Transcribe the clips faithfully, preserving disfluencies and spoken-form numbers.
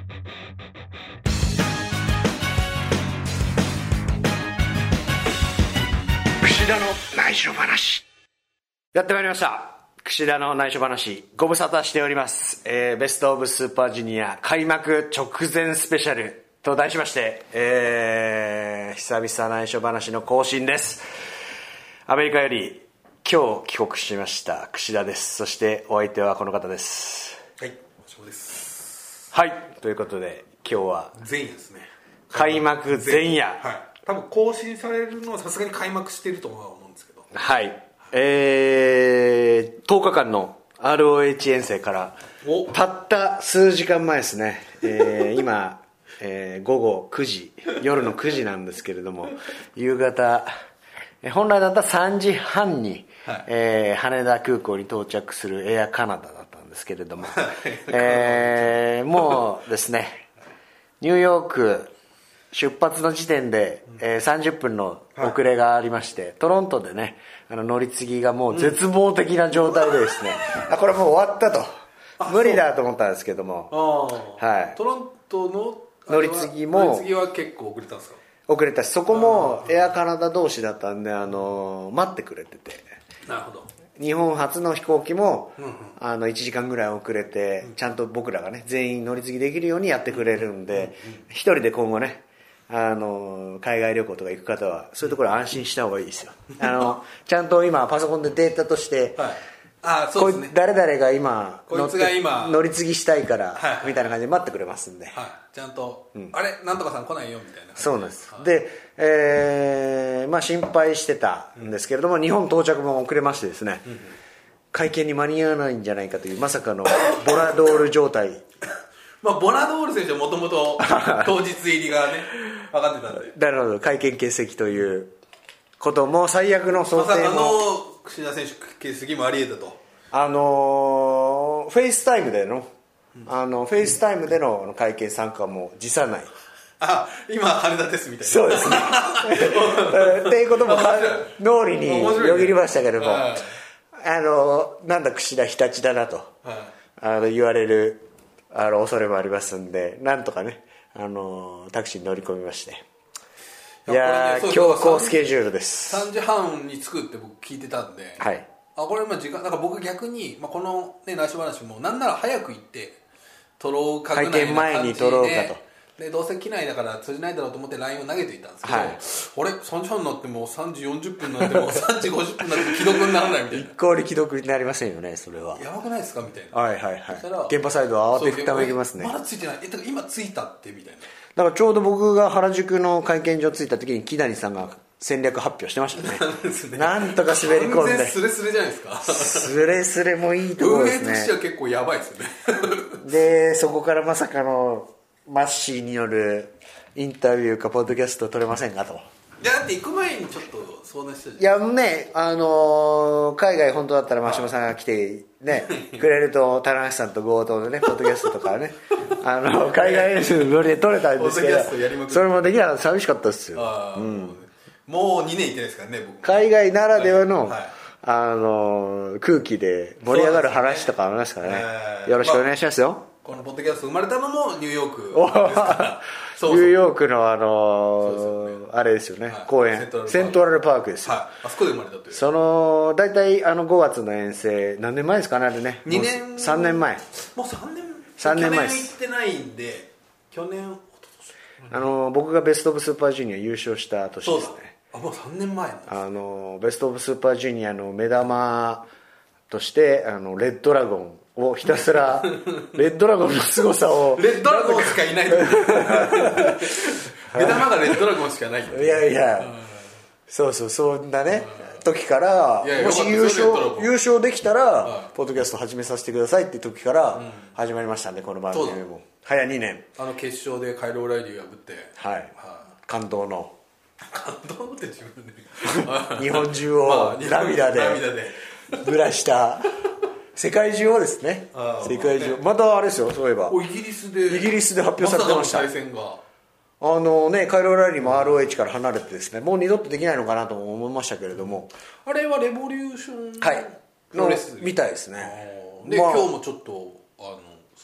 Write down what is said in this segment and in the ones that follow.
串田の内緒話やってまいりました。串田の内緒話、ご無沙汰しております、えー、ベストオブスーパージュニア開幕直前スペシャルと題しまして、えー、久々内緒話の更新です。アメリカより今日帰国しました串田です。そしてお相手はこの方です。 はい、そうです。 はい、ということで今日は前夜ですね。 開幕前夜、 はい、多分更新されるのはさすがに開幕していると思うんですけど、 はい、えー、とおかかんの アールオーエイチ 遠征からたった数時間前ですね、えー、今、えー、午後くじ、夜のくじなんですけれども、夕方、本来だったらさんじはんに、はい、えー、羽田空港に到着するエアカナダだったんですけれども、えー、もうですね、ニューヨーク出発の時点で、えー、さんじゅっぷんの遅れがありまして、はい、トロントでね、あの乗り継ぎがもう絶望的な状態でですね、うん、あこれもう終わったと、無理だと思ったんですけども、はい、 トロントの乗り継ぎも乗り継ぎは結構遅れたんですか？ 遅れたし、そこもエアカナダ同士だったんで、あの待ってくれてて、 なるほど、 日本初の飛行機も、 うんうん、 あのいちじかんぐらい遅れて、ちゃんと僕らがね全員乗り継ぎできるようにやってくれるんで、一人で今後ね、あの海外旅行とか行く方はそういうところ安心した方がいいですよ。あのちゃんと今パソコンでデータとして、はい、 あそうですね、 誰々が今こいつが今乗り継ぎしたいから、 はいはい、 みたいな感じで待ってくれますんで、 はい、ちゃんと、うん、あれなんとかさん来ないよみたいな。 そうなんです、はい、で、えーまあ、心配してたんですけれども、うん、日本到着も遅れましてですね、うんうん、会見に間に合わないんじゃないかというまさかのボラドール状態まあ、ボラドール選手はもともと当日入りがね分かってたんで、 なるほど、会見欠席ということも最悪の想定も、まさかの串田選手欠席もあり得たと。 あのー、フェイスタイムでの、あのフェイスタイムでの会見参加も辞さない。 あ、今羽田ですみたいな。 そうですねっていうことも脳裏によぎりましたけども、あのなんだ串田日立だなと、あの言われるあの恐れもありますんで、なんとかね、あのタクシーに乗り込みまして、いやー、強行スケジュールです。 さんじはんに着くって僕聞いてたんで、 はい、 あこれまあ時間なんか僕逆に、まあ、この、ね、内緒話もなんなら早く行って撮ろうかぐらいな感じで、 会見前に撮ろうかと。 でどうせ機内だから通じないだろうと思って ライン を投げていたんですけど、はい、あれさんじはんになってもさんじよんじゅっぷんになってもさんじごじゅっぷんになっても既読にならないみたいな。 一向に既読になりませんよね、それは。 やばくないですかみたいな。 はいはいはい。現場サイドは慌てふためきますね。 まだついてない、えだから今着いたってみたいな。 だからちょうど僕が原宿の会見場着いた時に木谷さんが戦略発表してましたねね、なんとか滑り込んで。 完全スレスレじゃないですか。 スレスレもいいところですね。 運営としては結構やばいですよねでそこからまさかのマッシーによるインタビューかポッドキャスト撮れませんかと。 いやだって行く前にちょっと相談したじゃん。いやね、あのー、海外本当だったら真島さんが来てねくれると棚橋さんと合同でねポッドキャストとかねあの海外練習無理で撮れたんですけどそれもできなかった。寂しかったですよ。 あ、うん、もうにねん行ってないですからね僕。 海外ならではの、はい、あのー、空気で盛り上がる話とかありますからね、よろしくお願いしますよ、まあこのポッドキャスト生まれたのもニューヨークですからそうそうニューヨークのあのーね、あれですよね、はい、公園セントラルパークですよ、 はい、あそこで生まれたという。 その大体あのごがつの遠征何年前ですかね、あれね、 にねんさんねんまえもうさんねんさんねんまえです。 去年行ってないんで去年あの僕がベストオブスーパージュニア優勝した年ですね。 あもうさんねんまえなんです。 あのベストオブスーパージュニアの目玉としてあのレッドラゴンをひたすらレッドラゴンの凄さをレッドラゴンしかいない目玉がレッドラゴンしかないいやいや、うん、そうそうそんなね、うん、時からいやいやもし優勝優勝できたら、はい、ポッドキャスト始めさせてくださいって時から始まりましたんで、この番組も早にねんあの決勝でカイロ・オライリーを破って、 はい、はい、感動の感動って自分で日本中を涙でぶらした世界中をですね、世界中、またあれですよ、そういえばイギリスでイギリスで発表されてました。 まさかの対戦があのね、カイロ・オライリーも アールオーエイチ から離れてですね、もう二度とできないのかなと思いましたけれども、 あれはレボリューションはいのみたいですね。 で、まあ、今日もちょっとあの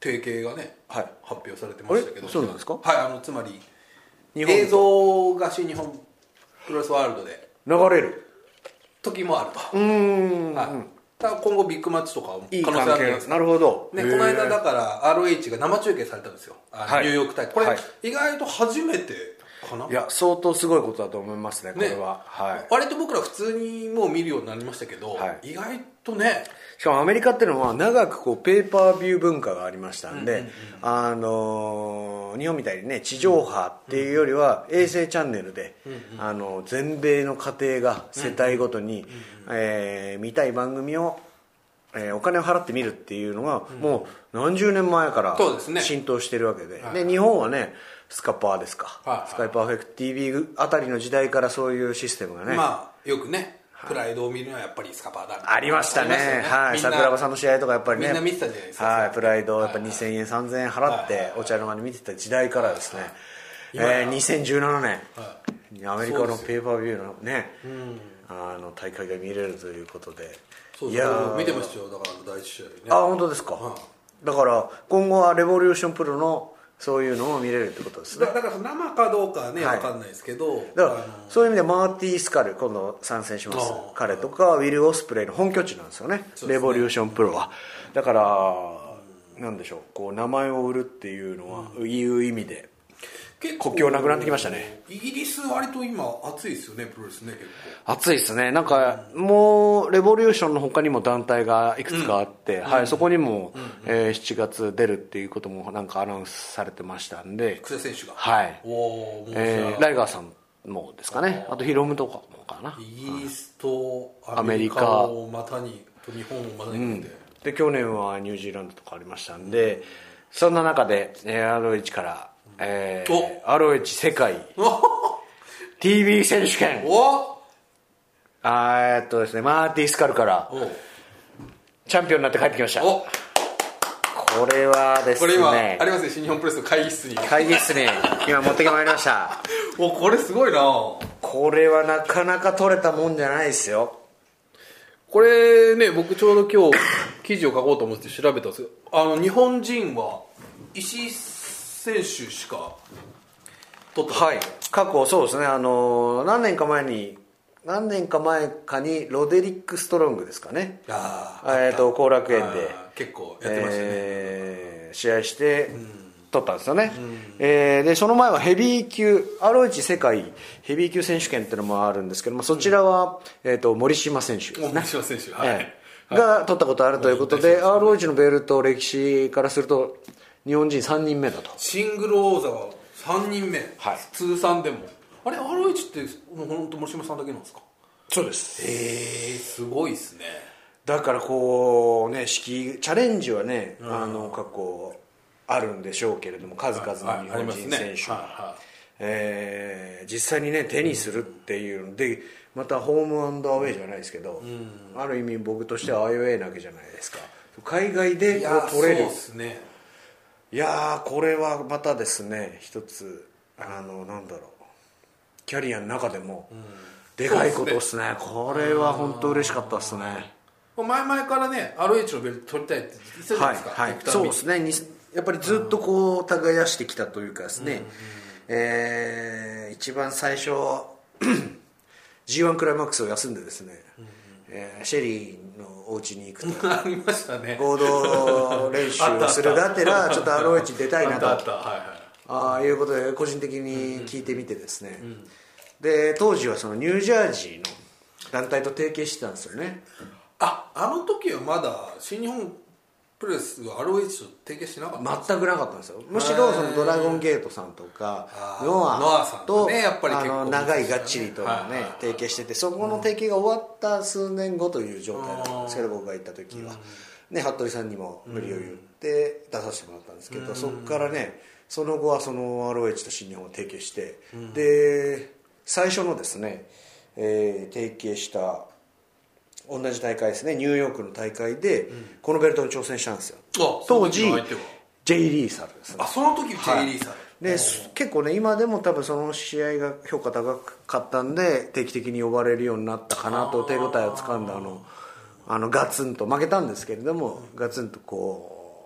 提携がね、 はい、 発表されてましたけど。 そうなんですか？ はい、あのつまり映像が新日本プロレスワールドで流れる時もあると。 うーん、 はい、だから今後ビッグマッチとかもいい可能性あるんです。 なるほど、 ね、この間だから アールオーエイチ が生中継されたんですよ、あのニューヨーク大会、これ、はい、意外と初めてかな。 いや相当すごいことだと思いますね、これは、ね、はい、 割と僕ら普通にもう見るようになりましたけど、はい、意外とね。 しかもアメリカっていうのは長くこうペーパービュー文化がありましたんで、うんうんうん、あのー、日本みたいにね地上波っていうよりは衛星チャンネルで、うんうん、あの全米の家庭が世帯ごとに、うんうんえー、見たい番組を、えー、お金を払って見るっていうのが、うん、もう何十年前から浸透してるわけで、で、で日本はねスカパーですか、はいはい、スカイパーフェクト ティービー あたりの時代からそういうシステムがね、 まあよくねプライドを見るのはやっぱりスカパーだありましたね、はい、桜庭さんの試合とかやっぱりねみんな見てたじゃないですか、 はい、プライドをやっぱにせんえんさんぜんえん払ってお茶の間で見てた時代からですね、はいはいえー、にせんじゅうななねん、はい、アメリカのペーパービューのね、あの大会が見れるということで、 そうそういや見てましたよ、だから第一試合ね。 あ、本当ですか、はい、だから今後はレボリューションプロのそういうのも見れるってことですね。 だから生かどうかはね、はい、分かんないですけど、 だからそういう意味でマーティー・スカル今度参戦します、彼とかウィル・オスプレイの本拠地なんですよ ね, ねレボリューションプロは。だからなんでしょう、こう名前を売るっていうのは、うん、いう意味で国境なくなってきましたね。 イギリス割と今熱いですよね、プロレスね。結構熱いですね。なんか、うん、もうレボリューションの他にも団体がいくつかあって、うんはい、そこにも、うんえー、しちがつ出るっていうこともなんかアナウンスされてましたんで、 草選手がはいお、えー、ライガーさんもですかね、あとヒロムとかもかな。 イギリスとアメリカをまたにと日本をまたに、うん、 で去年はニュージーランドとかありましたんで、そんな中で アールオーエイチ からえー、アールオーエイチ 世界 ティービー 選手権おあえっとですねマーティー・スカルからチャンピオンになって帰ってきました。おこれはですね、 これ今ありますね、新日本プロレスの会議室に会議室に今持ってきてまいりましたおこれすごいな。 これはなかなか取れたもんじゃないですよ。 これね、僕ちょうど今日記事を書こうと思って調べたんですけど、あの日本人は石井選手しか取ったはい過去そうですね、あの何年か前に何年か前かにロデリック・ストロングですかね、あえーと後楽園で結構やってましたね、 えー、試合して取ったんですよね、うんえー、でその前はヘビー級 アールオーエイチ 世界ヘビー級選手権っていうのもあるんですけども、そちらは、うんえー、と森島選手ですね、 森島選手、はいえー、が取ったことあるということで、はい、アールオーエイチ のベルト歴史からすると日本人さんにんめだと。 シングル王座はさんにんめ、はい、通算でもあれ アールオーエイチ って本当森島さんだけなんですか。 そうです。 へえすごいですね。 だからこうね式チャレンジはね、うん、あの過去あるんでしょうけれども数々の日本人選手が、はいはいえー、実際にね手にするっていうので、またホームアンドアウェイじゃないですけど、うん、ある意味僕としてはアウェイなわけじゃないですか。海外でこう取れる。 そうですね。 いやーこれはまたですね一つあのなんだろうキャリアの中でもでかいことですね、うん、これは本当嬉しかったですね。 前々からね アールオーエイチ のベルト取りたいって言ってたじゃないですか、 はいはい、そうですね。やっぱりずっとこう耕してきたというかですね、うんうんえー、一番最初ジーワン クライマックスを休んでですね、うんうんえー、シェリーのお家に行くとありましたね、 合同練習をするがてらちょっと アールオーエイチ に出たいなとあ、ああいうことで個人的に聞いてみてですね、うんうん、で当時はそのニュージャージーの団体と提携してたんですよね。 ああの時はまだ新日本プロレスが アールオーエイチ と提携してなかったんですか。 全くなかったんですよ。むしろそのドラゴンゲートさんとかノアと、ね、やっぱり結構、ね、長いがっちりと、ねはいはいはい、提携してて、そこの提携が終わった数年後という状態だったんですけど、僕が行った時は、ね、服部さんにも無理を言って出させてもらったんですけど、そこからねその後はその アールオーエイチ と新日本を提携して、で最初のですね、えー、提携した同じ大会ですね、ニューヨークの大会でこのベルトに挑戦したんですよ、うん、当時 ジェイ・リーサルですね。 あその時 ジェイ・リーサル、はい、 で結構ね今でも多分その試合が評価高かったんで定期的に呼ばれるようになったかなと、手応えをつかんだあのあのガツンと負けたんですけれどもガツンとこ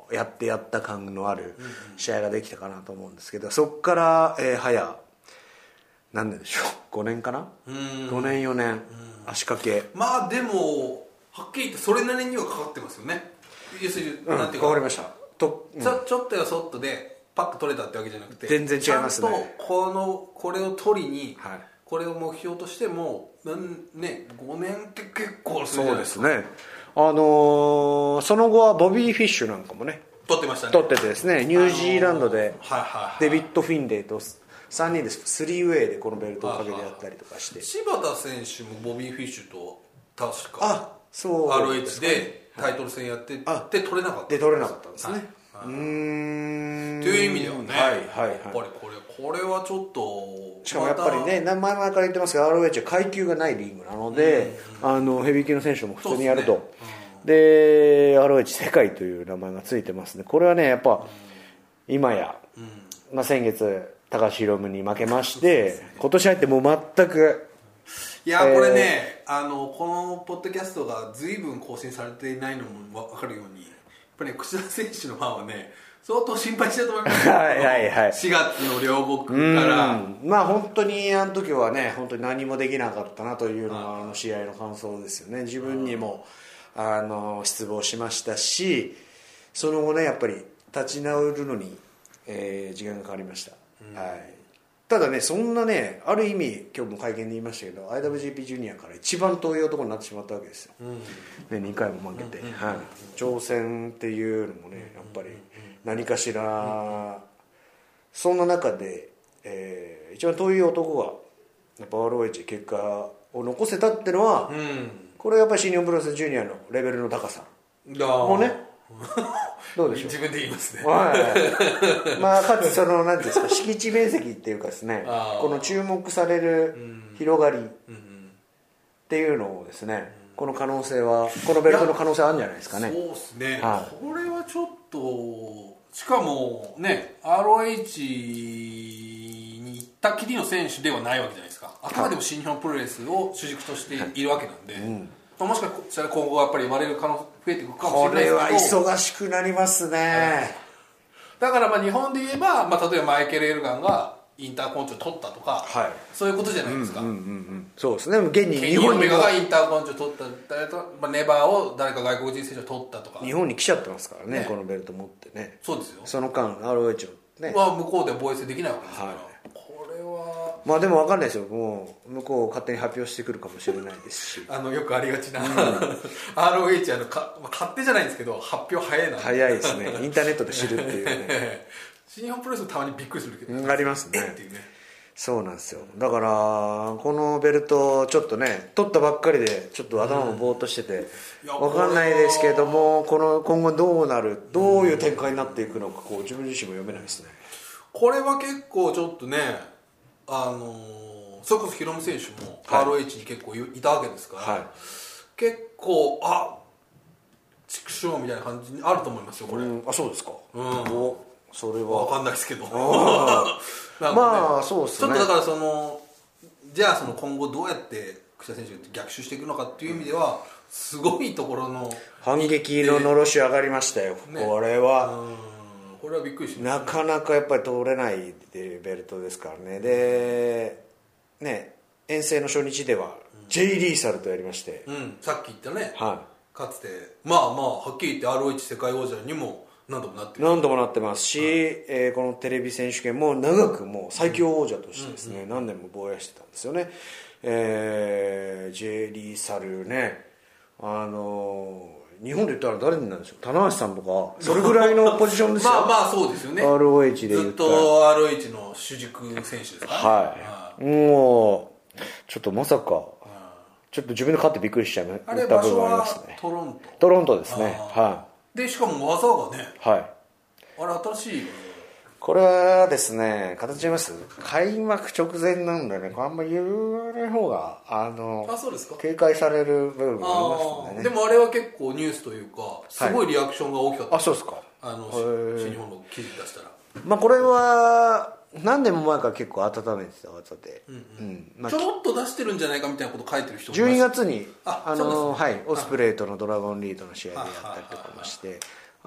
やってやった感のある試合ができたかなと思うんですけど、そこから、えー、早何年でしょう、ごねんかな、ごねんよねん足掛け。 まあでもはっきり言ってそれなりにはかかってますよね。要するに、 うん、 なんていうか、 かかりましたと、 うん、ちょちょっとやそっとでパッと取れたってわけじゃなくて、 全然違いますね。 ちゃんとこのこれを取りに、 はい、 これを目標としてもなんねごねんって結構するじゃないですか。 そうですね。あのー、その後はボビー・フィッシュなんかもね取ってましたね。 取っててですね、ニュージーランドでデビッド・フィンレイとさんにんでスリーウェイでこのベルトをかけてやったりとかして、 柴田選手もボビー・フィッシュと確かあそうアールオーエイチ でタイトル戦やってて取れなかったで取れなかったんですね、はい、 うーんという意味ではね、 はいはいはい、 やっぱりこれこれはちょっとしかもやっぱりね、前々から言ってますが アールオーエイチ は階級がないリーグなので、うんうん、あのヘビー級の選手も普通にやるとで、うん、アールオーエイチ 世界という名前がついてますね。これはねやっぱ、うん、今や、うんまあ、先月高橋宏夢に負けまして、ね、今年入ってもう全くいやこれね、えー、あのこのポッドキャストが随分更新されていないのも分かるように、やっぱりね櫛田選手のファンはね相当心配してたと思いますよはいはいはい、 しがつの両国からまあ本当にあの時はね本当に何もできなかったなというのがあの試合の感想ですよね。自分にもあの失望しましたし、その後ねやっぱり立ち直るのに、えー、時間がかかりました、うんはい、ただねそんなねある意味今日も会見で言いましたけど アイダブリュージーピー ジュニアから一番遠い男になってしまったわけですよ、うんね、にかいも負けて、うんはい、挑戦っていうのもねやっぱり何かしらそんな中で、えー、一番遠い男がやっぱ アールオーエイチ 結果を残せたっていうのは、うん、これはやっぱり新日本プロレスジュニアのレベルの高さもうねどうでしょう。 自分で言いますね、 はい、まあかつその何ですか敷地面積っていうかですねこの注目される広がりっていうのをですね、この可能性はこのベルトの可能性あるんじゃないですかね。 そうですね、はい、これはちょっとしかもね アールオーエイチ に行ったきりの選手ではないわけじゃないですか。あくまでも新日本プロレスを主軸としているわけなんで、はいうんもしかしたら今後やっぱり生まれる可能性増えていくかもしれないですけど、 これは忙しくなりますね、はい、 だからまあ日本で言えば、まあ、例えばマイケル・エルガンがインターコンチを取ったとか、はい、そういうことじゃないですか、うんうんうんうん、 そうですね。現に日本にがインターコンチを取った誰と、まあ、ネバーを誰か外国人選手を取ったとか日本に来ちゃってますからね、ねこのベルト持ってね。 そうですよ。 その間 アールオーエイチ のね、 まあ、向こうでは防衛戦できないわけですから、はい、これはまあでも分かんないですよ。もう向こう勝手に発表してくるかもしれないですしあのよくありがちな、うん、アールオーエイチ あのか勝手じゃないんですけど発表早いな早いですね。インターネットで知るっていうね新日本プロレスもたまにびっくりするけど、 うん、ありますね。 えっていうね。 そうなんですよ。だからこのベルトちょっとね取ったばっかりでちょっと頭もぼーっとしてて、うん、分かんないですけどもこの今後どうなるどういう展開になっていくのかこう自分自身も読めないですね。 これは結構ちょっとねあのー、それこそヒロム選手も アールオーエイチ に結構いたわけですから、はい、結構あ畜生みたいな感じにあると思いますよこれ、うん、 あそうですか、うん、おそれは分かんないですけどなんか、ね、まあそうですね。 ちょっとだからそのじゃあその今後どうやって櫛田選手が逆襲していくのかっていう意味ではすごいところの反撃ののろし上がりましたよ、ね、これはうんこれはびっくりしました、 ね、なかなかやっぱり通れないベルトですからね。でね遠征の初日では J リーサルとやりまして、 うん、さっき言ったね、 はい、 かつてまあまあはっきり言って アールオーエイチ 世界王者にも何度もなってる何度もなってますし、はいえー、このテレビ選手権も長くもう最強王者としてですね、うんうん、何年も防衛してたんですよね、えー、J リーサルねあのー、日本で言ったら誰になるんでしょう。棚橋さんとかそれぐらいのポジションですよまあまあそうですよねアールオーエイチ で言ったらずっと アールオーエイチ の主軸選手ですからね、 はい、もうちょっとまさかちょっと自分で勝ってびっくりしちゃいましたあれ場所はトロントトロントですねはいでしかも技がね、 はい、 あれ新しいこれはですね形言います開幕直前なんでねあんまり言わない方があのあそうですか警戒される部分がありますんでね。 でもあれは結構ニュースというかすごいリアクションが大きかった、 はい、あそうですかあの新日本の記事出したらまあこれは何年も前から結構温めてた技で、うんうんうんまあ、ちょろっと出してるんじゃないかみたいなこと書いてる人もいます。 じゅうにがつにああの、ね、はい、オスプレイとのドラゴンリードの試合でやったりとかもして、はいはいはいはい、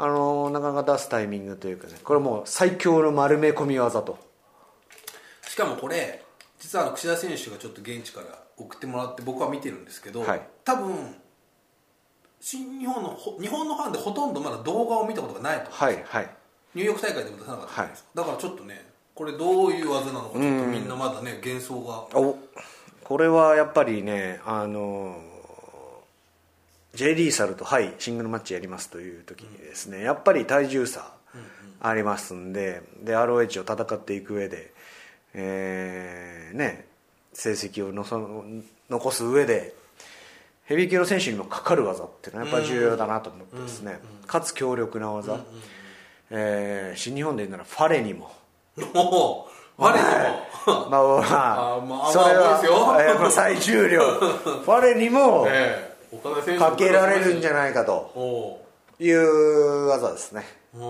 あのなかなか出すタイミングというかね、これもう最強の丸め込み技と。 しかもこれ実は櫛田選手がちょっと現地から送ってもらって僕は見てるんですけど、はい、多分新日本の日本のファンでほとんどまだ動画を見たことがないと思うんですよ、はいはい、ニューヨーク大会でも出さなかったんです、はい、だからちょっとねこれどういう技なのかちょっとみんなまだね幻想が。 おこれはやっぱりねあの ジェイ リーサルと、はい、シングルマッチやりますという時にですね、やっぱり体重差ありますんで、で アールオーエイチ を戦っていく上で、えーね、成績をのそ残す上でヘビー級の選手にもかかる技っていうのはやっぱり重要だなと思ってですね、かつ強力な技、えー、新日本で言うならファレにもファレにもまあまあ、まあ、それはやっぱ最重量ファレにもかけられるんじゃないかという技ですね、うん、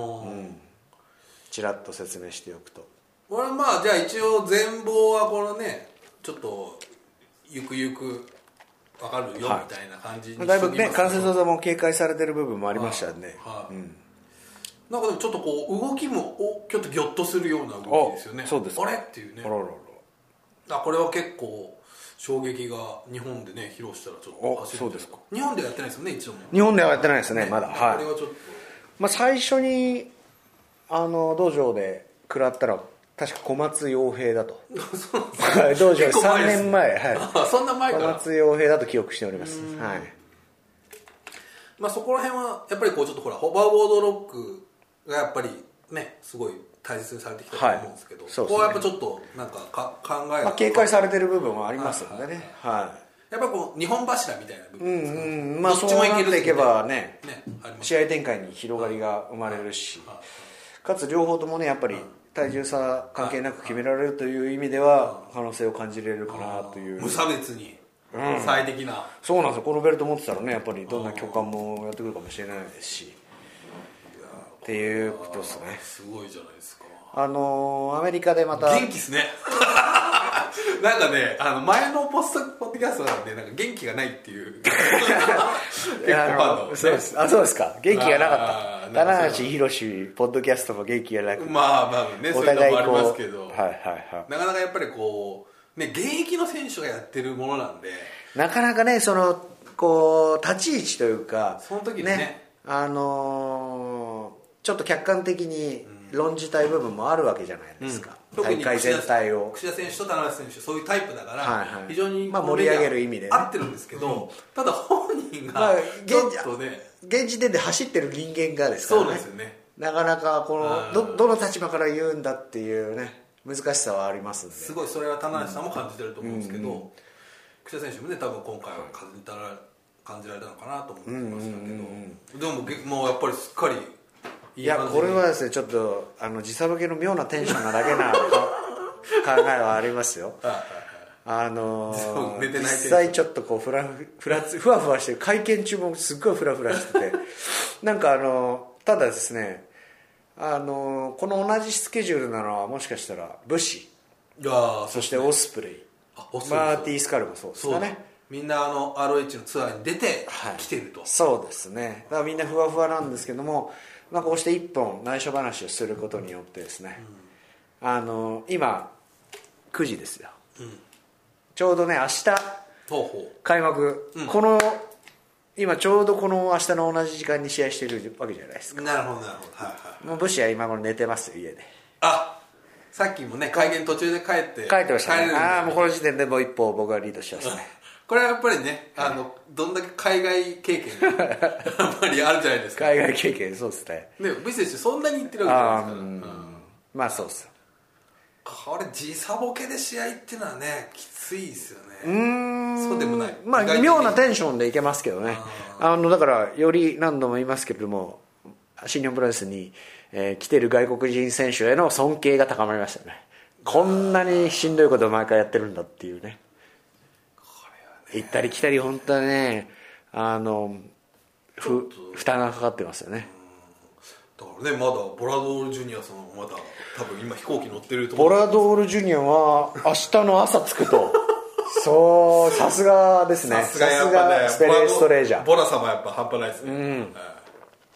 ちらっと説明しておくと、 これまあじゃあ一応全貌はこのねちょっとゆくゆく分かるよみたいな感じにしておきます、 だいぶね関節技も警戒されてる部分もありましたんで、はいはいうん、 なんかでもちょっとこう動きもおちょっとギョッとするような動きですよね。 そうです。 あれっていうね。あらららあこれは結構衝撃が日本でね披露したらちょっと走る。 そうですか。 日本ではやってないですよね一応も。 日本ではやってないですね、ねまだ。はい。 これはちょっと。 まあ最初にあの道場で食らったら確か小松洋平だと。道場さんねんまえ、 はい。そんな前から。 小松洋平だと記憶しております。はい。 まあそこら辺はやっぱりこうちょっとほらホバーボードロックがやっぱりねすごい大切にされてきたと思うんですけど、はいそうですね、ここはやっぱちょっとなんかか考えが、 まあ、警戒されてる部分はありますのでね、はいはいはい、 やっぱこう日本柱みたいな部分ですか、ね、 うんうん、まあそうなっていけばね、ね試合展開に広がりが生まれるし、かつ両方ともねやっぱり体重差関係なく決められるという意味では可能性を感じれるかなという、 無差別に最適な、うん、 そうなんですよ。このベルト持ってたらねやっぱりどんな巨漢もやってくるかもしれないですしっていうことですね。 すごいじゃないですか。 あのー、アメリカでまた元気ですねなんかねあの前のポストポッドキャストなんでなんか元気がないっていう結構ファンの、ね、 そうですあそうですか元気がなかった棚橋宏ポッドキャストも元気がなくまあまあねそういうのもありますけど、 はいはいはい、 なかなかやっぱりこうね現役の選手がやってるものなんでなかなかねそのこう立ち位置というかその時にね、ねあのー、ちょっと客観的に論じたい部分もあるわけじゃないですか、うん、大会全体を櫛田選手と田中選手そういうタイプだから、はいはい、非常にまあ、盛り上げる意味で、ね、 合ってるんですけど、うん、ただ本人がちょっとね、 まあ、現時点で走ってる人間がですからねそうですよねなかなかこの ど, どの立場から言うんだっていうね難しさはありますんですごいそれは田中さんも感じてると思うんですけど、うん、櫛田選手もね多分今回は感じたら感じられたのかなと思ってましたけど、うんうんうん、でももうやっぱりすっかりいやこれはですねちょっとあの時差ボケの妙なテンションなだけな考えはありますよあのー、実際ちょっとこうフラフラふわふわしてる会見中もすっごいフラフラしててなんかあのただですねあのこの同じスケジュールなのはもしかしたらブシいやそしてオスプレイマーティー・スカルもそうですかねみんなあの アールオーエイチ のツアーに出てきてると、 はい、そうですねだからみんなふわふわなんですけどもまあ、こうして一本内緒話をすることによってですね、うん、あの今くじですよ、うん、ちょうどね明日開幕、うん、この今ちょうどこの明日の同じ時間に試合してるわけじゃないですか。 なるほどなるほど、はいはい、 もうブシは今頃寝てますよ家で。 あさっきもね会見途中で帰って帰ってましたね。ああもうこの時点でもう一歩僕はリードしてますねこれはやっぱりねあのどんだけ海外経験がやっぱりあるじゃないですか海外経験そうですねねブシ選手そんなに言ってるわけじゃないですから、うん、 まあそうですよこれ時差ボケで試合っていうのはねきついですよね。 うーんそうでもないまあ妙なテンションでいけますけどねあのだからより何度も言いますけれども新日本プロレスに、えー、来てる外国人選手への尊敬が高まりましたよね。こんなにしんどいことを毎回やってるんだっていうね行ったり来たり本当はねあのふ負担がかかってますよね。 だからねまだボラドールジュニアさんまだ多分今飛行機乗ってると思う。 ボラドールジュニアは明日の朝着くとそうさすがですね。 さすがやっぱねスペレストレージャーボラさんもやっぱ半端ないですね、うん、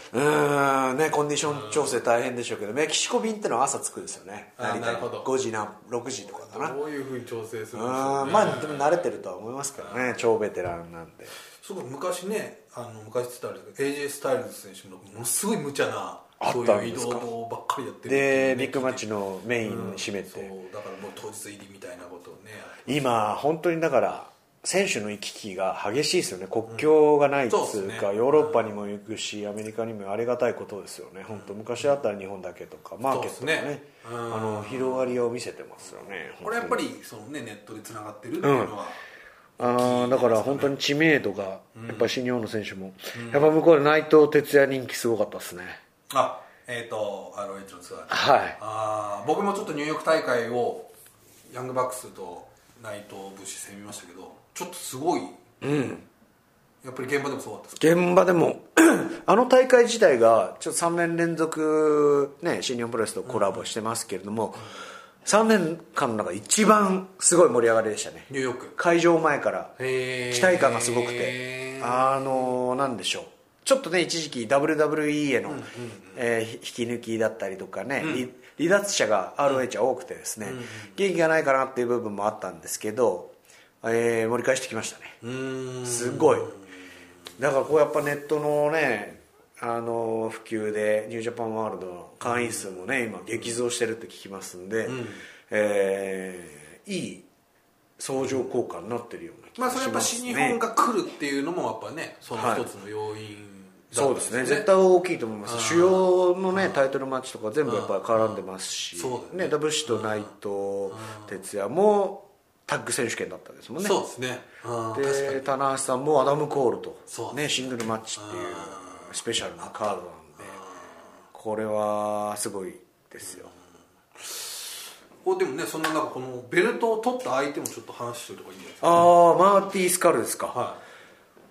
うーんねコンディション調整大変でしょうけど、メキシコ便ってのは朝着くんですよね。 あなるほど。 ごじなんろくじとかかな。 どういうふうに調整するんでしょうね。 まあでも慣れてるとは思いますからね、超ベテランなんで。 すごい昔ね、あの昔って言ったらあれですけど エージェー スタイルズ選手のものすごい無茶なそういう移動ばっかりやってるでビッグマッチのメイン占めて、 うん、そうだからもう当日入りみたいなことをね今本当にだから選手の行き来が激しいですよね。国境がないっつうか、うんうね、ヨーロッパにも行くしアメリカにもありがたいことですよね。本当昔だったら日本だけとかマーケットが ね, ね、うん、あの広がりを見せてますよね。 これやっぱりその、ね、ネットでつながってるっていうのは、 うん、あだから本当に知名度がやっぱり新日本の選手も、うん、やっぱ向こうで内藤哲也人気すごかったですね。 あえーと、アールオーエイチ のツアーで、 はい、 あ僕もちょっとニューヨーク大会をヤングバックスと内藤武士戦見ましたけど、ちょっとすごい、うん、やっぱり現場でもそうだったですか。 現場でもあの大会自体がちょっとさんねん連続、ね、新日本プロレスとコラボしてますけれども、うん、さんねんかんの中で一番すごい盛り上がりでしたね。 ニューヨーク会場前から期待感がすごくて、あのなんでしょう、ちょっとね一時期 ダブリューダブリューイー への、うんうんうんえー、引き抜きだったりとかね、うん、離脱者が アールオーエイチ は多くてですね、うんうん、元気がないかなっていう部分もあったんですけど、えー、盛り返してきましたね。うーんすごいだからこうやっぱネットのねあの普及でニュージャパンワールドの会員数もね今激増してるって聞きますんで、うんえー、いい相乗効果になってるような気がしますね。まあそれやっぱ新日本が来るっていうのもやっぱねその一つの要因、はいそうですね、絶対大きいと思います。主要のねタイトルマッチとか全部やっぱり絡んでますし、ねダブシと内藤哲也もタッグ選手権だったですもんね。 そうですね。 で棚橋さんもアダム・コールとねシングルマッチっていうスペシャルなカードなんで、これはすごいですよ。 おでもねそんな中このベルトを取った相手もちょっと話しておいた方がいいんじゃないですか。 ああマーティー・スカルですか。 はい。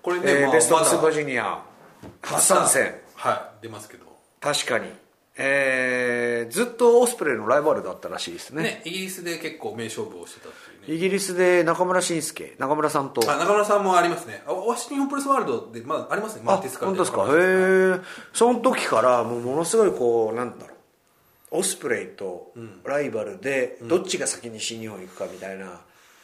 これね、 えーまあ、 ベストオブスーパージュニア初参戦、 はい出ますけど、 確かに、えー、ずっとオスプレイのライバルだったらしいですね。 ねイギリスで結構名勝負をしてたっていうね。 イギリスで中村慎介中村さんとあ中村さんもありますね。ワシントンプレスワールドで、まあ、ありますねマーティスカル。 本当ですか。へえ。その時からもうものすごいこうなんだろうオスプレイとライバルでどっちが先に新日本行くかみたいな、うん、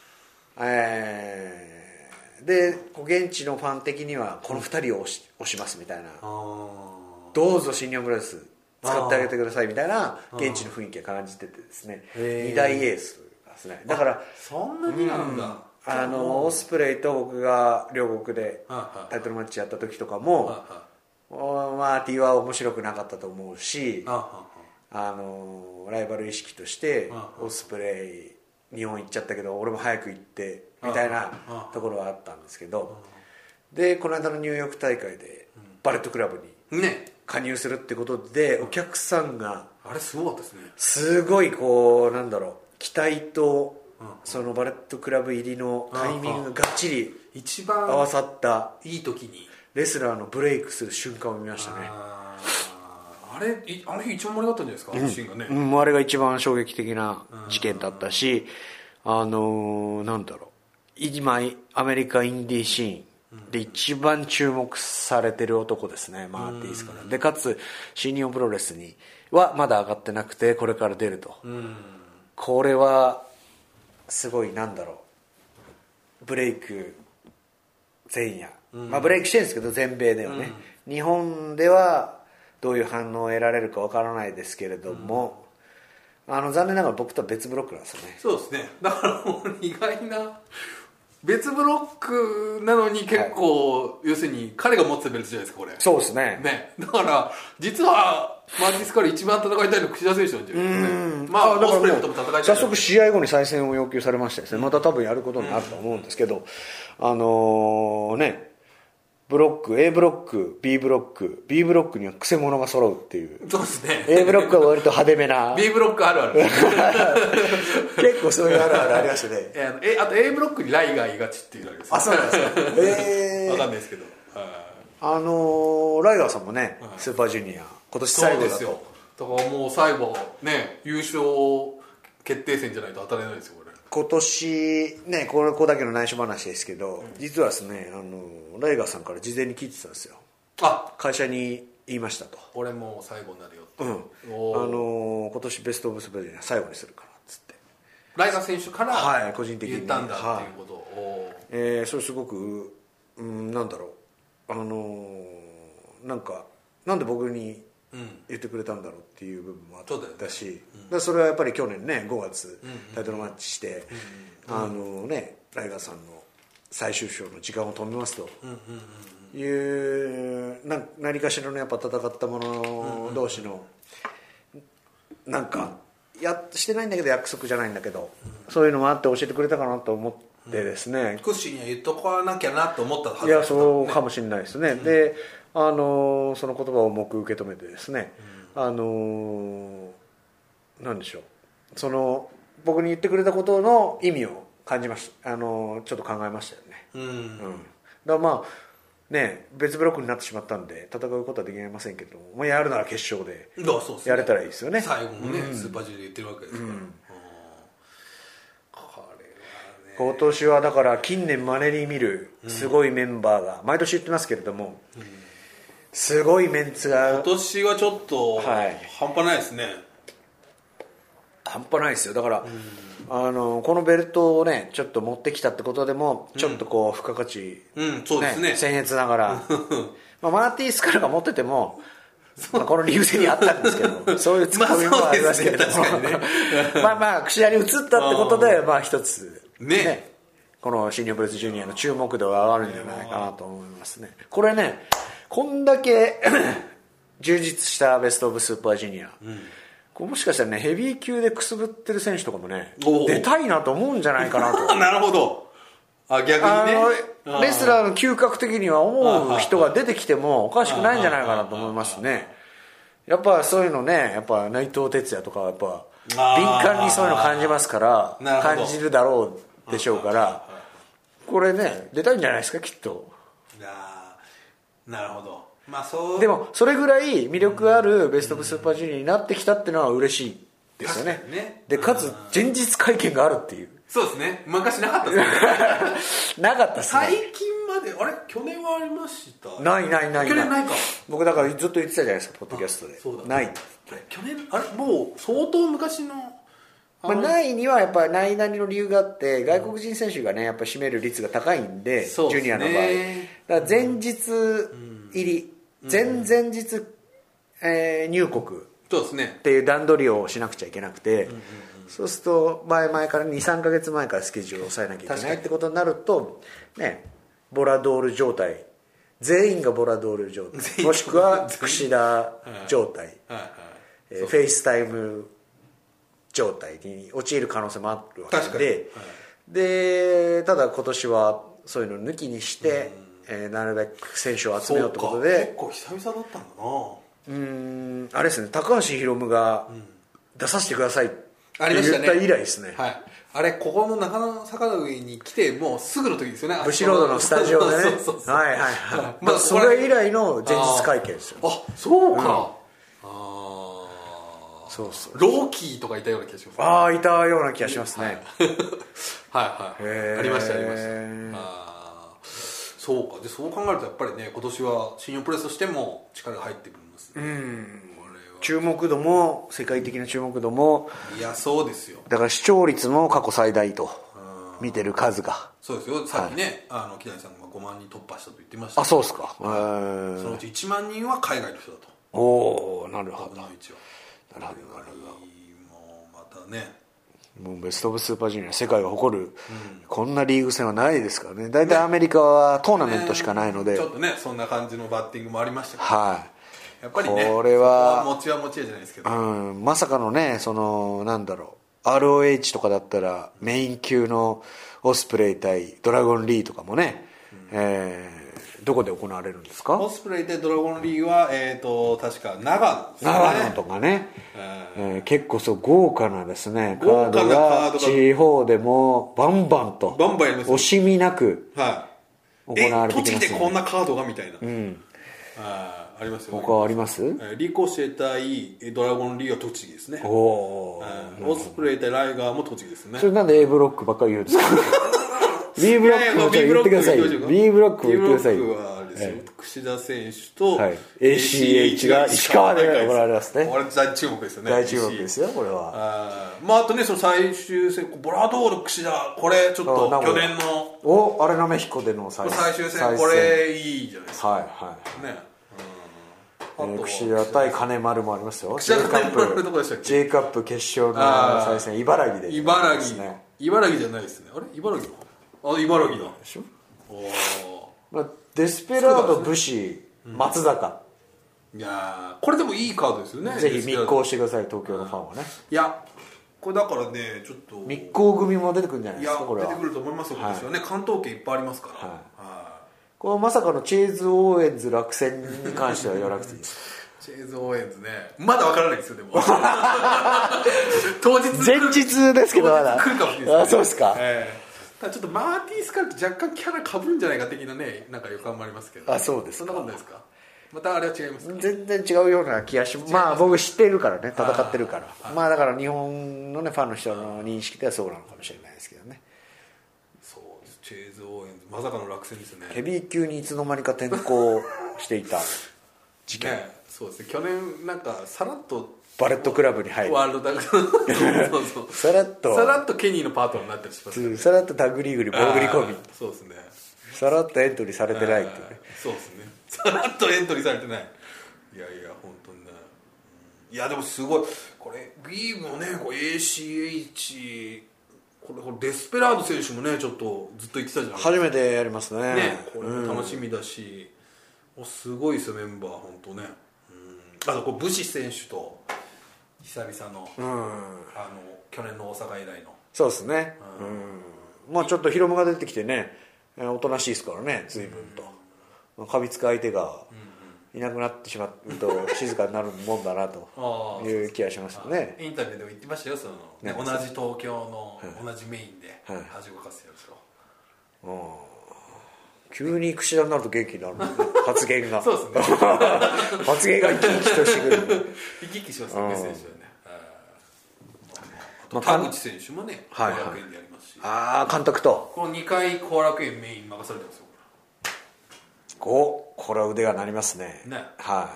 えーで現地のファン的にはこのふたりを推し、推しますみたいな、どうぞ新日本プロレス使ってあげてくださいみたいな現地の雰囲気を感じててですね、に大エースですね。だからそんなになんだ、うん、 あのオスプレイと僕が両国でタイトルマッチやった時とかもマーティは面白くなかったと思うし、あのライバル意識としてオスプレイ日本行っちゃったけど俺も早く行ってみたいなところはあったんですけど、でこの間のニューヨーク大会でバレットクラブに加入するってことでお客さんがあれすごかったですね。 すごいこうなんだろう期待とそのバレットクラブ入りのタイミングががっちり一番合わさったいい時にレスラーのブレイクする瞬間を見ましたね。 ああれあの日一番盛り上がったんじゃないですか、あのシーンがね、 うん、あれが一番衝撃的な事件だったし、あのー、なんだろう今アメリカインディーシーンで一番注目されてる男ですね、マーティースからでかつ新日本プロレスにはまだ上がってなくてこれから出ると、これはすごいなんだろうブレイク前夜、まあ、ブレイクしてるんですけど全米ではね、日本ではどういう反応を得られるかわからないですけれども、あの残念ながら僕とは別ブロックなんですよね。 そうですね。だからもう意外な別ブロックなのに結構、はい、要するに彼が持ってたベルトじゃないですかこれ。 そうですね。 ねだから実はマーティスから一番戦いたいのは櫛田選手なんじゃないですかね。うんまああだからもう早速試合後に再戦を要求されましてですね、また多分やることになると思うんですけど、うん、あのー、ねブロック A ブロック B ブロック B ブロックにはクセ者が揃うっていう。 そうですね。 A ブロックは割と派手めな B ブロックあるある結構そういうあるあるありましたね。 えあと A ブロックにライがいがちっていうのあります、ね、 あそうなんですか。えー、 分かんないですけど、 あのー、ライガーさんもね、はい、スーパージュニア今年最後だと。そうですよ。 だからもう最後ね優勝決定戦じゃないと当たれないですよこれ。 今年ねこれここだけの内緒話ですけど、うん、実はですねあのライガーさんから事前に聞いてたんですよ。あ会社に言いましたと。 俺も最後になるよって、 うん、あのー、今年ベストオブスーパージュニア最後にするからっつってライガー選手から、 はい、個人的に言ったんだっていうことを、 はい、えー、それすごく、うん、なんだろう、あのー、なんかなんで僕に言ってくれたんだろうっていう部分もあったし、うんね、うん、だからそれはやっぱり去年ねごがつタイトルマッチして、うんうん、あのねライガーさんの最終章の時間を止めますというな何かしらのやっぱ戦った者同士のなんかやしてないんだけど約束じゃないんだけど、そういうのもあって教えてくれたかなと思ってですね、 クッシーには言っとかなきゃなと思ったはずです、ね、いやそうかもしれないですね、うん、であのその言葉を重く受け止めてですね、うん、あのなんでしょう、その僕に言ってくれたことの意味を感じました、あのちょっと考えましたよね、うんうん、だからまあね、別ブロックになってしまったんで戦うことはできませんけども、もうやるなら決勝でやれたらいいですよね、 最後もね、うん、スーパージュで言ってるわけですから、うん、これはね今年はだから近年まれに見るすごいメンバーが、うん、毎年言ってますけれども、うん、すごいメンツが今年はちょっと、はい、半端ないですね、 半端ないですよ。だから、うん、あのこのベルトをねちょっと持ってきたってことでもちょっとこう付加価値、 うんうん、そうですね、 僭越ながらまあマーティー・スカルが持ってても、まあ、このリーグ戦にあったんですけどそういうツッコミもありますけれども、まあ、ね、まあまあ櫛田に移ったってことでまあ一つね、ね、この新日本プロレスジュニアの注目度が上がるんじゃないかなと思いますね。これねこんだけ充実したベストオブスーパージュニア、うん、こうもしかしたらねヘビー級でくすぶってる選手とかもね出たいなと思うんじゃないかなとなるほど、あ逆にね、 あのレスラーの嗅覚的には思う人が出てきてもおかしくないんじゃないかなと思いますね。やっぱそういうのね、やっぱ内藤哲也とかはやっぱ敏感にそういうの感じますから感じるだろうでしょうから、これね出たいんじゃないですかきっと。 あなるほど、まあ、そうでもそれぐらい魅力あるベストオブスーパージュニアになってきたっていうのは嬉しいですよ ね, ねでかつ前日会見があるっていう。 そうですね、昔なかったですねなかったですね、 最近まであれ去年はありました？ ないないない、 去年ないか、 僕だからずっと言ってたじゃないですかポッドキャストで。そうだない去年あれもう相当昔の、 まあ、ないにはやっぱりないなりの理由があって、外国人選手がねやっぱ占める率が高いんで、ジュニアの場合だから前日入り、うん、前々日、えー、入国っていう段取りをしなくちゃいけなくて、うんうんうん、そうすると前々から にさんかげつまえからスケジュールを抑えなきゃいけないってことになるとね、ボラドール状態、全員がボラドール状態もしくは櫛田状態、はいはいはい、えー、フェイスタイム状態に陥る可能性もあるわけで、はい、でただ今年はそういうのを抜きにして、うん、えー、なるべく選手を集めようってことで、 結構久々だったんだな。 うーんあれですね、高橋宏夢が出させてくださいってありましたね、 言った以来ですね、 はい、あれここの中野坂上に来てもうすぐの時ですよね、 ブシロードのスタジオでねそうそうそう、はいはいはい、まあ、それ以来の前日会見ですよ。 あそうか、うん、あそうそうローキーとかいたような気がします、ね、 ああいたような気がしますね、はいはいはい、ありましたありました。あそうか、でそう考えるとやっぱりね今年は新日本プロレスとしても力が入ってくるんですね。うん注目度も世界的な注目度も、 いやそうですよ、 だから視聴率も過去最大と見てる数が、 そうですよ、さっきね、はい、あの木谷さんがごまんにん突破したと言ってました、 あそうですか、 はい、そのうちいちまんにんは海外の人だと。 おおなるほど、なるほどなるほど、 もうまたねもうベストオブスーパージュニア世界が誇る、うん、こんなリーグ戦はないですからね。大体アメリカはトーナメントしかないので、 ね、ちょっとねそんな感じのバッティングもありましたけど、 はい、 やっぱりねこれは持ちは持ちやじゃないですけど、 うん、まさかのねそのなんだろう アールオーエイチ とかだったらメイン級のオスプレイ対ドラゴンリーとかもね、うん、えー、どこで行われるんですか？ オスプレイ対ドラゴンリーは、えー、と確か長野ですね、 長野とかね、えー、結構そう豪華なですねカードが地方でもバンバンとバンバンやります、 惜しみなく行われてきます、ね、 え栃木でこんなカードがみたいな、うん、あありますよ。 他はあります？ リコシェ対ドラゴンリーは栃木ですね。おー、オスプレイ対ライガーも栃木ですね。 それなんで A ブロックばっかり言うんですか？ B ブロックも言ってください。 B ブロックも言ってください。 B ブロックはあれでですよ、ええ、櫛田選手と、 はい、エーシーエイチ が石川で行われますね。 これ大注目ですよね。 大注目ですよこれは。 あ、まあ、あとねその最終戦ボラドール櫛田、これちょっと去年のおアレナメヒコでの最最終戦、これいいじゃないですか。 はいはいね、 うん、 櫛田対金丸もありますよ。 J カップ J カップ決勝の再戦、茨城で、ね、 茨城茨城じゃないですね。あれ茨城あ茨城だでしょ。 お、まあ、デスペラード、武士、松坂、 いやこれでもいいカードですよね。 ぜひ密航してください東京のファンはね。 いやこれだからねちょっと密航組も出てくるんじゃないですか。これは出てくると思いますよ、はい、ね、関東圏いっぱいありますから、はいはい、これまさかのチェーズ・オーエンズ落選に関しては言わなくていいですチェーズ・オーエンズねまだわからないですよ。でも当日前日ですけどまだ来るかもしれないです、ね、 あそうですか、 えーちょっとマーティー・スカルと若干キャラ被るんじゃないか的なねなんか予感もありますけど。 あそうですか。 そんなことないですか。またあれは違いますか。 全然違うような気がします。まあ僕知ってるからね、戦ってるから、あまあだから日本のねファンの人の認識ではそうなのかもしれないですけどね。 そうです。チェーズ・オーエンズまさかの落選ですね。 ヘビー級にいつの間にか転向していた事件、 ね、そうですね。去年なんかさらっとバレットクラブに入るワールドダグそうそうさらっとさらっとケニーのパートナーになったりしますから、ね、 さらっとタグリーグに潜り込み、 そうですね、 さらっとエントリーされてないっていうね。 そうですね、さらっとエントリーされてない。いやいや本当にね、いやでもすごいこれビームもねこう エーシーエイチ これこれデスペラード選手もねちょっとずっと言ってたじゃないですか。 初めてやりますね。 ねこれも楽しみだし、うん、すごいですよメンバー本当ね、うん、あとこうブシ選手と久々の、うん、あの去年の大阪以来のそうですね、うん、まあちょっとヒロムが出てきてねおとなしいですからね随分と、うん、かびつく相手がいなくなってしまうと静かになるもんだなという気がしますよね。 インタビューでも言ってましたよその、ね、同じ東京の、はい、同じメインで恥をかかせてると、はい、 急に櫛田になると元気になる発言がそうですね発言が生き生きとしてくる生き生きしますよね選手はね。まあ、田口選手もね後、はいはい、楽園でやりますし、 ああ監督とこのにかい後楽園メイン任されてますよ。 おこれは腕が鳴りますね。 ねはい、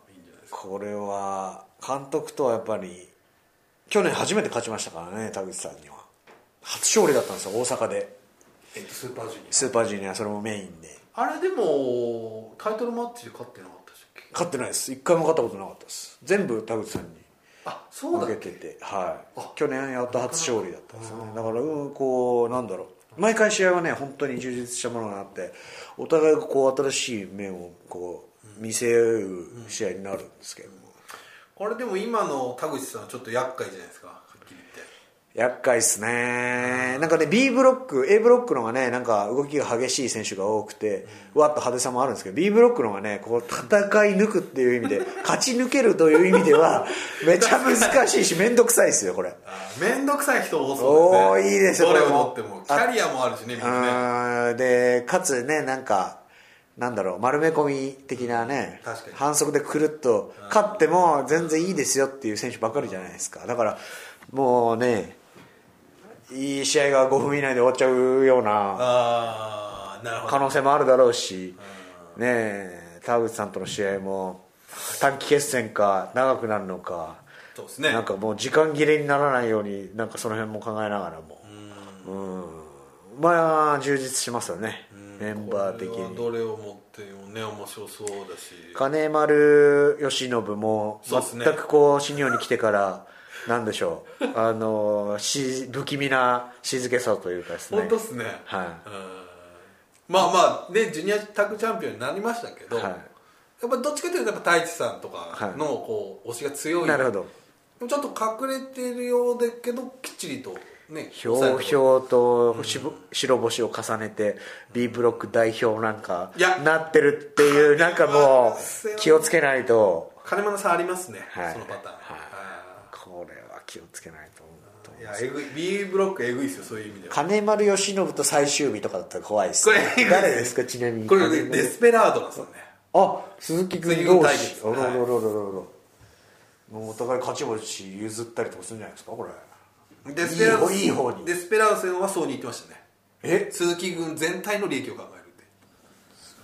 いいんじゃないですか。これは監督とはやっぱり去年初めて勝ちましたからね田口さんには初勝利だったんですよ大阪で。 えっと、スーパージュニアスーパージュニアそれもメインで。 あれでもタイトルマッチで勝ってなかったでしたっけ。 勝ってないです。一回も勝ったことなかったです。全部田口さんに負けてて、はい、去年やっと初勝利だったんですよね。だから、うん、こうなんだろう毎回試合はね本当に充実したものがあってお互いがこう新しい面をこう見せ合う試合になるんですけども、うん、 これでも今の田口さんはちょっと厄介じゃないですか。 厄介っすね。なんかね B ブロック A ブロックのがねなんか動きが激しい選手が多くて、うん、わっと派手さもあるんですけど B ブロックのがねこう戦い抜くっていう意味で勝ち抜けるという意味ではめちゃ難しいし面倒くさいですよこれ。 面倒くさい人多そうですね。 多いですよこれもキャリアもあるしねみんなね。 でかつねなんかなんだろう丸め込み的なね反則でくるっと勝っても全然いいですよっていう選手ばかりじゃないですか。だからもうねいい試合がごふん以内で終わっちゃうような可能性もあるだろうしねえ田口さんとの試合も短期決戦か長くなるのかそうですね、 なんかもう時間切れにならないようになんかその辺も考えながらもうんまあ充実しますよねメンバー的に。 どれを持ってもね面白そうだし金丸義信も全くこう新日本に来てからなんでしょうあのし不気味な静けさというかですね。 本当っすね、 はい、 まあまあねジュニアタッグチャンピオンになりましたけど、はい、やっぱどっちかというとやっぱ太一さんとかのこう推しが強い。 なるほど。 ちょっと隠れてるようだけどきっちりとねひょうひょうと、うん、白星を重ねて B ブロック代表なんかなってるっていうなんかもう気をつけないと。 金丸さんありますね、はい、そのパターン、はい、 これは気をつけないと思う。 いやえぐい B ブロックえぐいですよそういう意味では。 金丸義信と最終日とかだったら怖いですね。これ誰ですかちなみに。 これデスペラードなんですよね。 あ鈴木君同士。おろろろろろろ。もうお互い勝ち星譲ったりとかするんじゃないですかこれ。 デスペラードいい方に。 デスペラード戦はそうに言ってましたね。 え鈴木軍全体の利益を考えるって。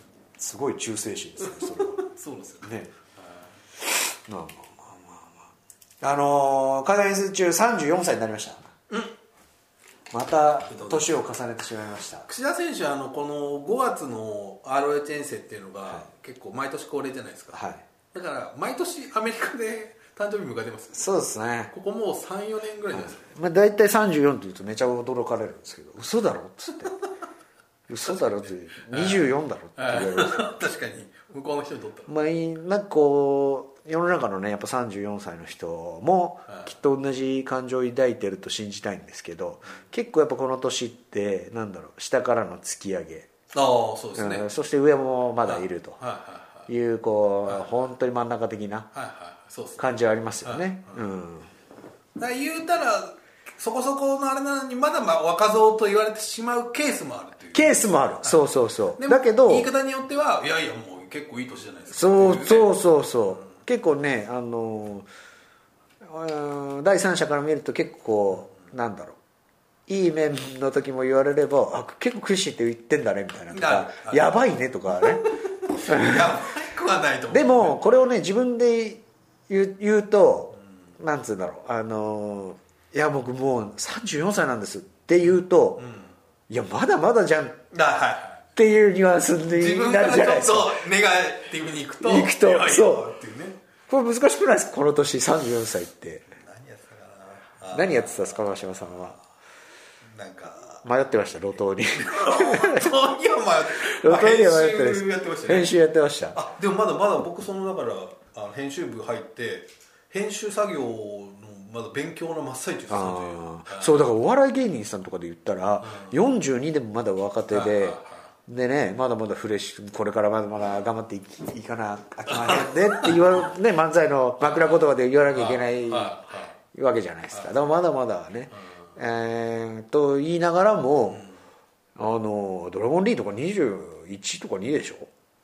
すごい忠誠心ですねそれはそうですよね。まあまあまあまああのー、海外遠征中さんじゅうよんさいになりました。うんまた年を重ねてしまいました。 櫛田選手はあのこのごがつの アールオーエイチ 遠征っていうのが、はい、結構毎年恒例じゃないですか、はい、だから毎年アメリカで誕生日迎えてますよね。 そうですね。 ここもう さん,よ 年ぐらいじゃないですか、 はいまあ、大体さんじゅうよんって言うとめちゃ驚かれるんですけど嘘だろっつって嘘だろってにじゅうよんだろって言われる確かに向こうの人にとったらまあなんかこう世の中のねやっぱさんじゅうよんさいの人もきっと同じ感情を抱いてると信じたいんですけど、結構やっぱこの年ってなんだろう下からの突き上げああそうですね、 うん、そして上もまだいるというこう本当に真ん中的な感じはありますよね。 だから言うたらそこそこのあれなのにまだまあ若造と言われてしまうケースもあるというケースもある、はい、そうそうそうだけど言い方によってはいやいやもう結構いい年じゃないですかそう、ね、そうそうそう、うん、結構ねあの第三者から見ると結構なんだろういい面の時も言われればあ結構苦しいって言ってんだねみたいなとかやばいねとかねやばくはないと思う。 でもこれをね自分で言う、言うと、うん、なんつうんだろうあのいや僕もうさんじゅうよんさいなんですって言うと、うん、いやまだまだじゃんっていうニュアンスになるじゃないですか。自分からちょっとネガティブにいくといくとそうっていうね。これ難しくないですかこの年さんじゅうよんさいって何やってたかな何やってたんですか川島さんは。 なんか迷ってました路頭に路頭には迷って路頭には迷って編集やってましたね。 編集やってました。 あでもまだまだ僕そのだからあの編集部入って編集作業のまだ勉強の真っ最中です。 あそうだからお笑い芸人さんとかで言ったら、うん、よんじゅうにでもまだ若手ででねまだまだフレッシュこれからまだまだ頑張っていかなあきまへんねって言われね漫才の枕言葉で言わなきゃいけないわけじゃないですか。だからまだまだね、うんえー、と言いながらも、うん、あのドラゴンリーとかにじゅういちとかにでしょ。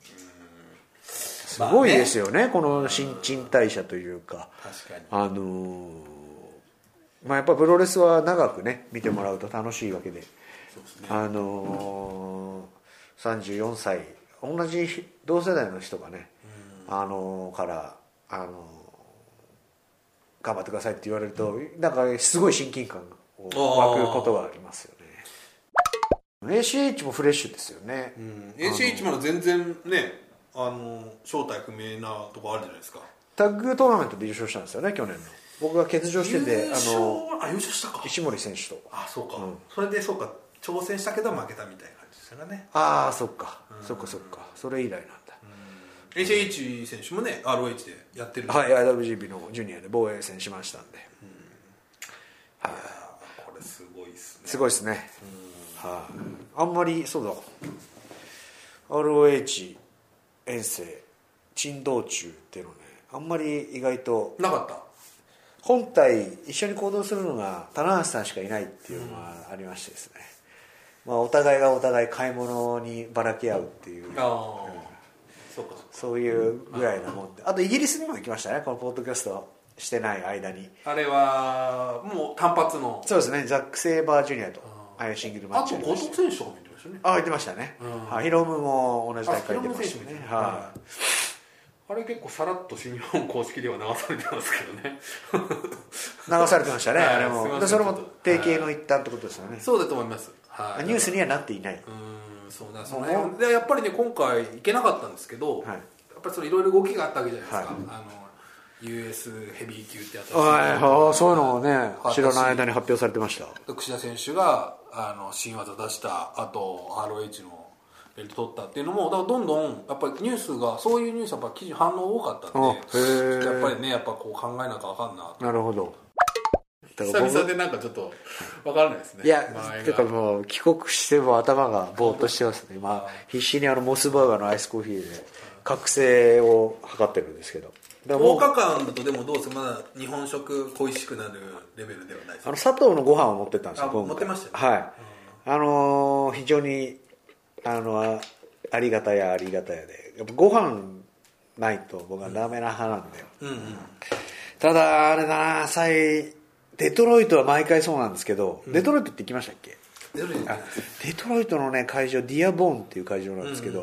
すごいですよね、まあねこの新陳代謝というか、 確かにあのーまあ、やっぱプロレスは長くね見てもらうと楽しいわけで、そうですね、あのー、さんじゅうよんさい同じ同世代の人がね、うん、あのー、から、あのー、頑張ってくださいって言われると、うん、なんかすごい親近感を湧くことがありますよね。 エーシーエイチ もフレッシュですよね、うん、 エーシーエイチ まだ全然ねあの正体不明なとこあるじゃないですか。 タッグトーナメントで優勝したんですよね去年の。僕が欠場してて優勝あのあ優勝したか石森選手とあそうか、うん、それでそうか挑戦したけど負けたみたいな感じでしたね。 ああそっか、うん、そっかそっかそれ以来なんだ。 うん、エーシーエイチ 選手もね アールオーエイチ でやってるはい アイダブリュージービー のジュニアで防衛戦しましたんで、 うん、はい、これすごいっすね。 すごいっすね、うんはあ、あんまりそうだ アールオーエイチ 遠征珍道中っていうのねあんまり意外となかった。 本体一緒に行動するのが棚橋さんしかいないっていうのがありましてですね、うんまあ、お互いがお互い買い物にばらけ合うっていう、あ、うん、そうかそういうぐらいなもんで、あとイギリスにも行きましたねこのポッドキャストしてない間に。 あれはもう単発のそうですねザック・セイバージュニアとああいうシングルマッチあと後藤選手とかも言ってましたね。 ああ言ってましたね、うんはい、ヒロムも同じ大会出ましたね、 はい、あれ結構さらっと新日本公式では流されてますけどね流されてましたね、はい、あれもでそれも定型の一端ってことですよね、はい、 そうだと思います、はい、 ニュースにはなっていない。 うんそうだその辺でやっぱりね今回行けなかったんですけど、はい、やっぱりそのいろいろ動きがあったわけじゃないですか、はい、あの ユーエス ヘビー級ってやつはそういうのをね知らない間に発表されてました。 櫛田選手があの新技出したあと アールオーエイチ のベルト取ったっていうのもだからどんどんやっぱりニュースがそういうニュースやっぱ記事反応多かったんでやっぱりねやっぱこう考えなきゃあかんな。 なるほど。 久々でなんかちょっと分からないですね。 いやてかもう帰国しても頭がぼーっとしてますね今必死にあのモスバーガーのアイスコーヒーで覚醒を図ってるんですけどとおかかんだとでもどうせまだ日本食恋しくなるレベルではないです、ね、 あの佐藤のご飯を持ってったんですよ。 持ってましたよ、ね、はい、うん、あのー、非常にあのありがたやありがたやでやっぱご飯ないと僕はダメな派なんだよ、うんうんうん、ただあれだな際デトロイトは毎回そうなんですけど、うん、デトロイトって行きましたっけ。デトロイト、デトロイトのね会場ディアボーンっていう会場なんですけど、うんうん、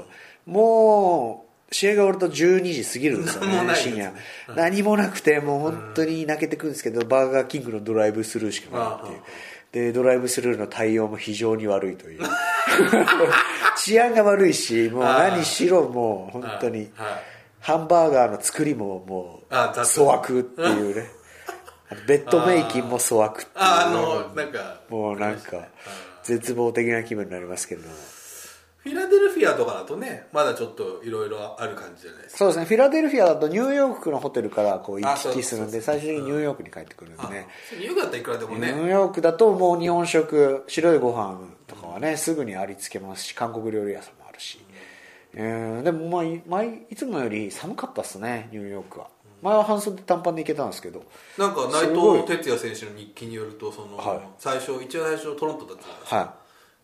もう試合が終わるとじゅうにじ過ぎるんですよね、深夜、 うん、 何もなくてもう本当に泣けてくるんですけど、バーガーキングのドライブスルーしかないっていう、でドライブスルーの対応も非常に悪いという治安が悪いし、もう何しろもう本当にハンバーガーの作りももう粗悪っていうねベッドメイキンも粗悪っていう、 ああのなんかもうなんか絶望的な気分になりますけれども、 フィラデルフィアとかだとねまだちょっといろいろある感じじゃないですか。 そうですね、フィラデルフィアだとニューヨークのホテルからこう行き来するんで、最終的にニューヨークに帰ってくるんでね、 ニューヨークだったらいくらでもね、 ニューヨークだともう日本食、白いご飯とかはねすぐにありつけますし、韓国料理屋さんもあるし、うん、でもまあ前いつもより寒かったっすね、ニューヨークは。前は半袖短パンで行けたんですけど、 なんか内藤哲也選手の日記によるとその、 はい、 最初一番最初トロントだったじゃないですか、はい、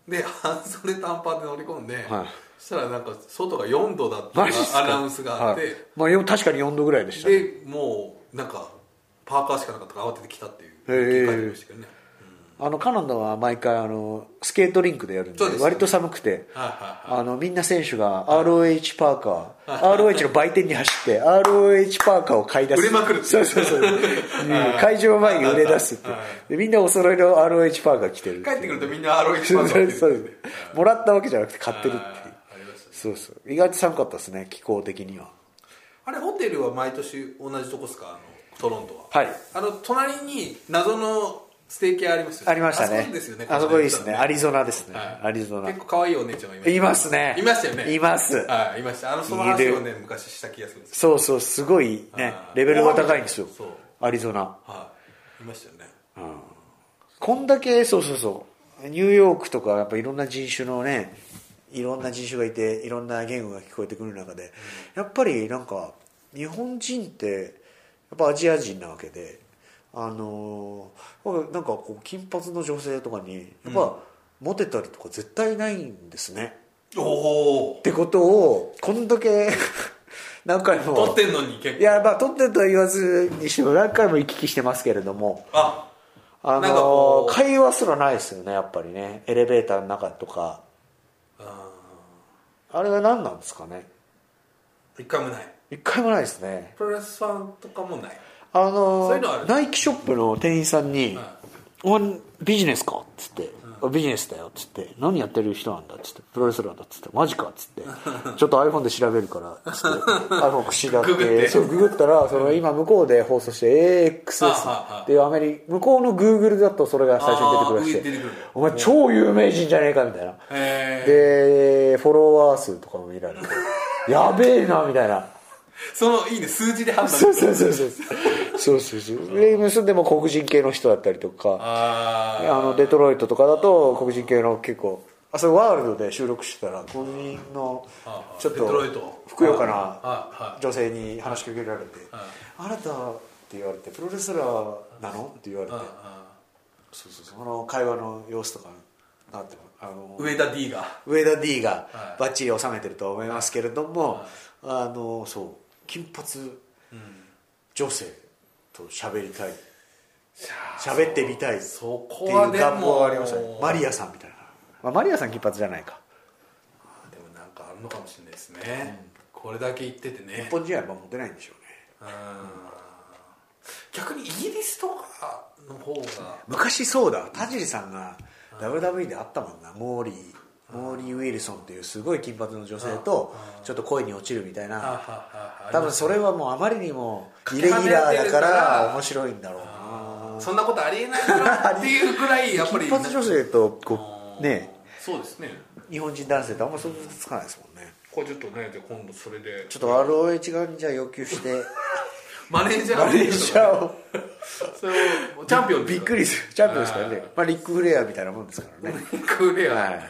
で半袖短パンで乗り込んで、はい、そしたらなんか外がよんどだったアナウンスがあって、はい、 まあ、確かによんどぐらいでした、ね、 でもうなんかパーカーしかなかったから慌ててきたっていう日記書いてましたけどね。 あのカナダは毎回あのスケートリンクでやるんで、割と寒くて、あのみんな選手が アールオーエイチ パーカー、アールオーエイチ の売店に走って アールオーエイチ パーカーを買い出す、 売れまくるってそうそうそう会場前に売れ出すってで、みんなお揃いの アールオーエイチ パーカー着てる、 帰ってくるとみんな アールオーエイチ パーカー着てるもらったわけじゃなくて買ってるっていう、そうそう、意外と寒かったですね、気候的には。 あれホテルは毎年同じとこですか、あのトロントは。 はい、 あの隣に謎のステーキ屋ありますよね。 ありましたね。 あそこですよね。 あそこいいですね。アリゾナですね。はい、アリゾナ。 結構可愛いお姉ちゃんがいました。 いますね。 いましたよね。 います。 はい、いました。あのその話をね昔した気がするんです。 そうそう、すごいねレベルが高いんですよ。アリゾナ。 はい。いましたよね。 うん。こんだけそうそうそう。ニューヨークとかやっぱいろんな人種のね、いろんな人種がいていろんな言語が聞こえてくる中で、うん、やっぱりなんか日本人ってやっぱアジア人なわけで。あのー、なんかこう金髪の女性とかにやっぱモテたりとか絶対ないんですね、 うん、おってことをこんだけ何回も撮ってんのに結構、 いやまあ撮ってるとは言わずにしても何回も行き来してますけれども、 ああのー、会話すらないですよね、やっぱりね、エレベーターの中とか。 あ, あれは何なんですかね。 一回もない。 一回もないですね。 プロレスファンとかもない。 あのー、ナイキショップの店員さんに「お前ビジネスか?」っつって「うん、ビジネスだよ」っつって「何やってる人なんだ」っつって「プロレスラーだ」っつって「マジか」っつって「ちょっと iPhone で調べるから」っつって iPhone 口だってそうググったらその今向こうで放送して エーエックスエス っていうアメリ向こうの Google だとそれが最初に出てくるらしい、お前超有名人じゃねえかみたいなでフォロワー数とかも見られてやべえなみたいな、 そのいいね、数字で判断そうそうそうそうそうそうそうで結んでも黒人系の人だったりとか、ああのデトロイトとかだと黒人系の結構、あそれワールドで収録してたら黒人のちょっとふくよかな女性に話しかけられて「あなた」って言われて「プロレスラーなの?」って言われて、そうそうそう、この会話の様子とかなんてあの上田 D が上田 D がバッチリ収めてると思いますけれども、あのそう金髪女性と喋りたい、喋ってみたいっていう願望がありましたね。マリアさんみたいな、まあ、マリアさん金髪じゃないか、 でもなんかあるのかもしれないですね、うん、これだけ言っててね。 日本人はやっぱモテないんでしょうね。 うん、逆にイギリスとかの方が昔そうだ、田尻さんが ダブリューダブリュー で会ったもんな、モーリーモーリー・ウィルソンっていうすごい金髪の女性とちょっと恋に落ちるみたいな、多分それはもうあまりにもイレギュラーだから面白いんだろうな、 そんなことありえないなっていうぐらいやっぱり金髪女性とこうね、 そうですね、 日本人男性ってあんま想像つかないですもんね。 これちょっとね、じゃあ今度それでちょっと アールオーエイチ 側にじゃあ要求してマネージャーマネージャーをそれをチャンピオンびっくりするチャンピオンですからね、まあ、リック・フレアみたいなもんですからね。 リック・フレア、 はい、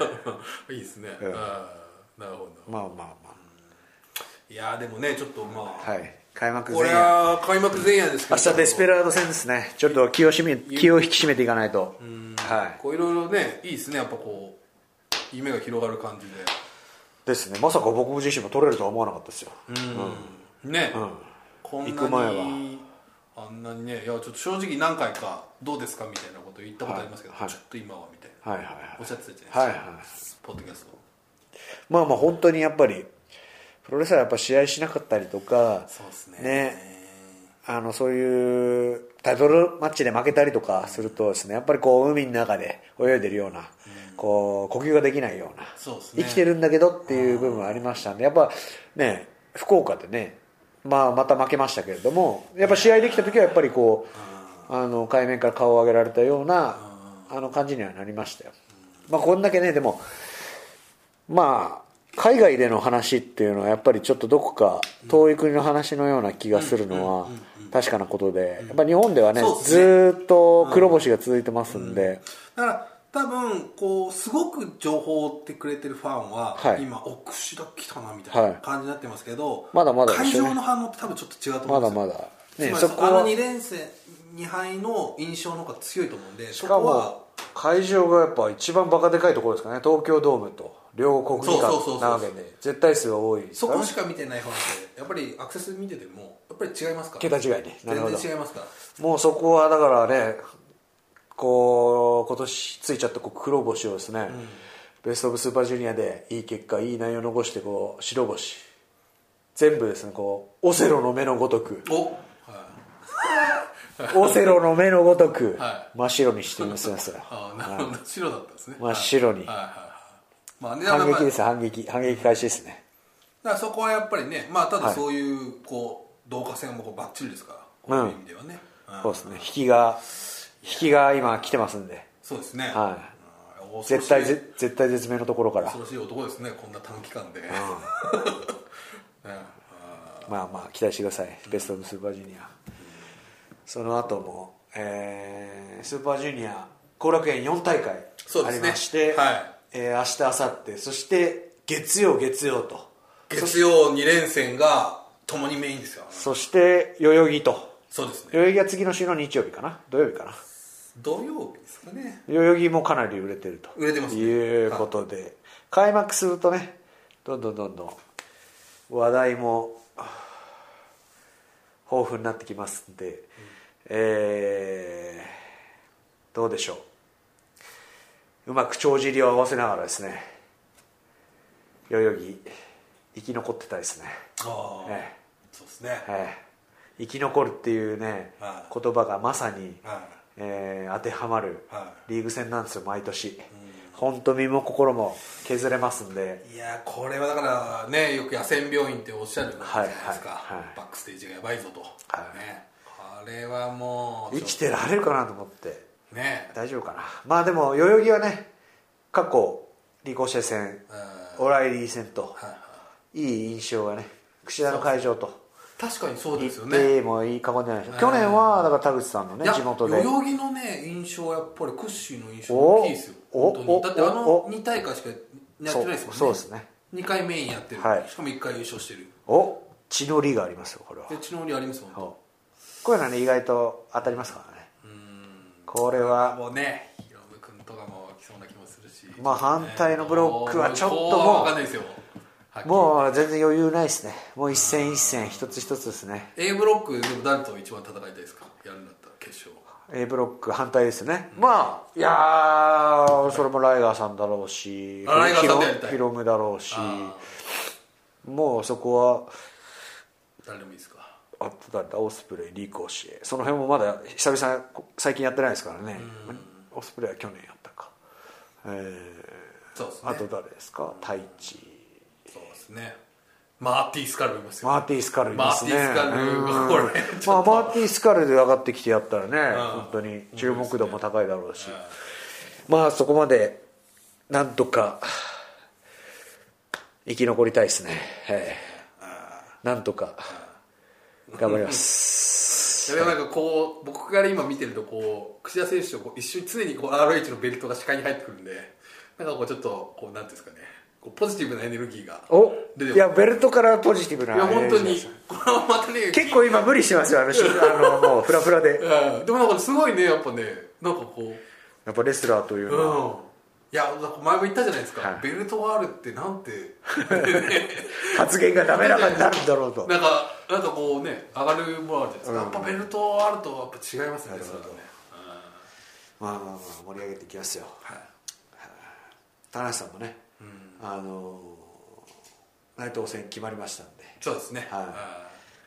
いいですね、うん、あなるほど、 まあまあまあ、 いやでもねちょっとまあ、 はい、開幕前夜、これは開幕前夜ですけど、 明日デスペラード戦ですね、ちょっと気を締め気を引き締めていかないと、 はい、こういろいろねいいですね、やっぱこう夢が広がる感じでですね。まさか僕自身も取れるとは思わなかったですよ、 うん、ね、うん、こんなに行く前はあんなにね、いやちょっと正直何回かどうですかみたいなこと言ったことありますけど、 はいはい、 ちょっと今はみたいな、 はいはいはい、 おっしゃってたじゃないですか、 はいはい、 ポッドキャスト。 まあまあ本当にやっぱりプロレスラーはやっぱ試合しなかったりとかそうですねね、あのそういうタイトルマッチで負けたりとかするとですね、やっぱりこう海の中で泳いでるような、うん、こう呼吸ができないような、 そうですね、 生きてるんだけどっていう部分はありましたんで、やっぱね福岡でね、まあ、また負けましたけれども、やっぱ試合できた時はやっぱりこうあの海面から顔を上げられたようなあの感じにはなりましたよ。まあ、こんだけねでもまあ海外での話っていうのはやっぱりちょっとどこか遠い国の話のような気がするのは確かなことで、やっぱ日本ではねずっと黒星が続いてますんで、 だから多分こうすごく情報を追ってくれてるファンは、はい、今お串田来たなみたいな感じになってますけど、はい、 まだまだ、 ね、会場の反応って多分ちょっと違うと思うんですよ。 まだまだ、ね、 そこはあのに連戦に敗の印象の方が強いと思うんで、 しかも会場がやっぱ一番バカでかいところですかね。東京ドームと両国技館なわけで絶対数が多いですから、ね、 そこしか見てないファンってやっぱりアクセス見ててもやっぱり違いますから、 桁違いね。 なるほど、全然違いますから。 もうそこはだからね、こう今年ついちゃったこう黒星をですね、うん、ベストオブスーパージュニアでいい結果いい内容を残してこう白星全部ですね、こうオセロの目のごとくお、はい、 オセロの目のごとく真っ白にしてみますよ。 ああ、なるほど、白だったんですね。 真っ白に、はいはいはい、まあね、反撃ですよ、反撃反撃開始ですね。 だからそこはやっぱりね、まあただそういうこう同化戦もこうバッチリですから、こういう意味ではね、 うん、そうですね、引きが引きが今来てますんで、 そうですね、 はい、絶対絶対絶命のところから恐ろしい男ですね、こんな短期間で、うん、ね、 まあまあ期待してください、ベストオブスーパージュニア、うん、その後も、えー、スーパージュニア後楽園よん大会ありまして、ね、はい、えー、明日明後日そして月曜月曜と月曜に連戦がともにメインですよ。 そして代々木と、 そうですね、 代々木は次の週の日曜日かな、土曜日かな、 土曜日ですかね、 代々木もかなり売れてると売れてますね、 いうことで、はい、開幕するとねどんどんどんどん話題も豊富になってきますんで、うん、えー、どうでしょう、うまく帳尻を合わせながらですね、代々木生き残ってたいですね。 あ、ええ、そうですね、 ええ、生き残るっていうね、はい、言葉がまさに、はい、えー、当てはまるリーグ戦なんですよ、毎年。本当、身も心も削れますんで。 いやこれはだからね、よく野戦病院っておっしゃるじゃないですか、はいはいはい、バックステージがやばいぞと、はいね、これはもう生きてられるかなと思ってね、 大丈夫かな。まあでも代々木はね、過去リコシェ戦、オライリー戦と、はいはい、いい印象がね、櫛田の会場と確かにそうですよね、 言ってもいいかもしれないです、えー、去年はだから田口さんのね地元で代々木のね印象はやっぱり屈指の印象大きいですよ、本当に。だってあのに大会しかやってないですもんね。 そうですね、 にかいメインやってる、はい、しかもいっかい優勝してる。 お、血の利がありますよ、これは。 血の利ありますもん。 こういうのはね意外と当たりますからね。うん、これはもうね、ヒロム君とかも来そうな気もするし、 まあ反対のブロックはちょっともう分かんないですよ、 もう全然余裕ないですね。もう一戦一戦一つ一つですね。 A ブロックでも誰と一番戦いたいですか、やるんだったら決勝。 A ブロック反対ですね、うん、まあいやそれもライガーさんだろうし、ヒロムだろうし、もうそこは誰でもいいですか。 あと誰だ、オスプレイ、リコシエ、その辺もまだ久々最近やってないですからね。オスプレイは去年やったか、えー、そうですね、あと誰ですか、タイチ、 そうですね、マーティー・スカルいますよ。 マーティー・スカルいますね。 マーティー・スカルがこれ、 まあ、マーティー・スカルで上がってきてやったらね、本当に注目度も高いだろうし、まあそこまでなんとか生き残りたいですね、えー、なんとか頑張りますでもなんかこう僕から今見てるとこう櫛田選手とこう一緒に常にこう アールエイチ のベルトが視界に入ってくるんで、なんかこうちょっとこうなんていうんですかね、こうポジティブなエネルギーが出てる。 いやベルトからポジティブな、 いや本当にこれはまたね結構今無理してますよ、あのあのもうフラフラででもなんかすごいね、やっぱね、なんかこうやっぱレスラーというのは、うん、 いや前も言ったじゃないですか、はい、ベルトがあるってなんて発言が滑らかになるんだろうとなんかなんかこうね上がるものあるじゃないですか、うん、やっぱベルトあるとやっぱ違いますね、それとね、 まあまあまあ盛り上げていきますよ、はい、田中さんもね、うん、あの内藤戦決まりましたんで。 そうですね、 はい、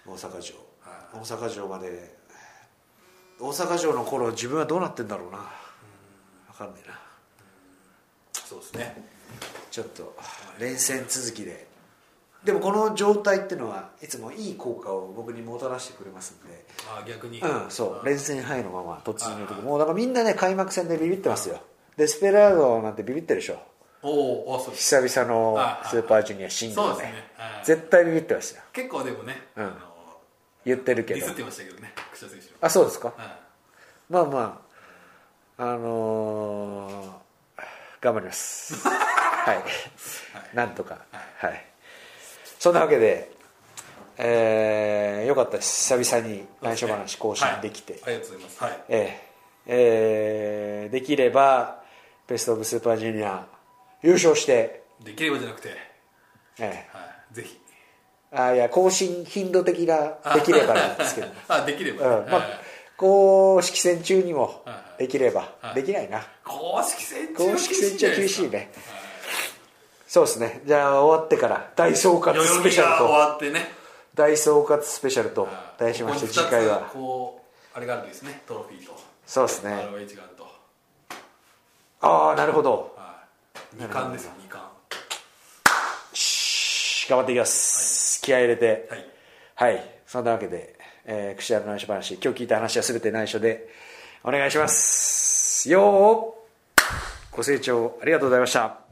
大阪城、はい、大阪城まで。大阪城の頃自分はどうなってんだろうな、分かんねえな。 そうですね、 ちょっと連戦続きで。でもこの状態っていうのはいつもいい効果を僕にもたらしてくれますんで。 ああ逆に、 うん、そう連戦ハイのまま突入のとこもうだからみんなね開幕戦でビビってますよ。デスペラードなんてビビってるでしょ。 おお、そうです。 久々のスーパージュニアシングル で, ね、 絶対ビビってましたよ。 結構でもね、うん、あの言ってるけどディスってましたけどね、櫛田選手。 あ、そうですか、まあまああのー、頑張りますはい、はい、なんとか、はい、はい、そんなわけで、えー、よかったです。久々に内緒話更新できて、 はい、ありがとうございます、はい、 えーえー、できればベストオブスーパージュニア優勝して、 できればじゃなくて、 えーはい、ぜひあいや更新頻度的なできればなんですけどあできれば、ね、 うんまあ、公式戦中にもできれば、はい、できないな、 公式戦中公式戦中は厳しいね、はい、そうですね。じゃあ終わってから大総括スペシャルと、 終わってね、 大総括スペシャルと題しまして、次回はこうあれがあるんですね、トロフィーと、 そうですね、 アールオーエイチ があると、 ああなるほど、 はい、に冠ですよ、に冠。 し頑張っていきます、はい、気合い入れて、はい、はい、そんなわけで、えー、櫛田の内緒話、今日聞いた話は全て内緒でお願いしますよー。ご清聴ありがとうございました。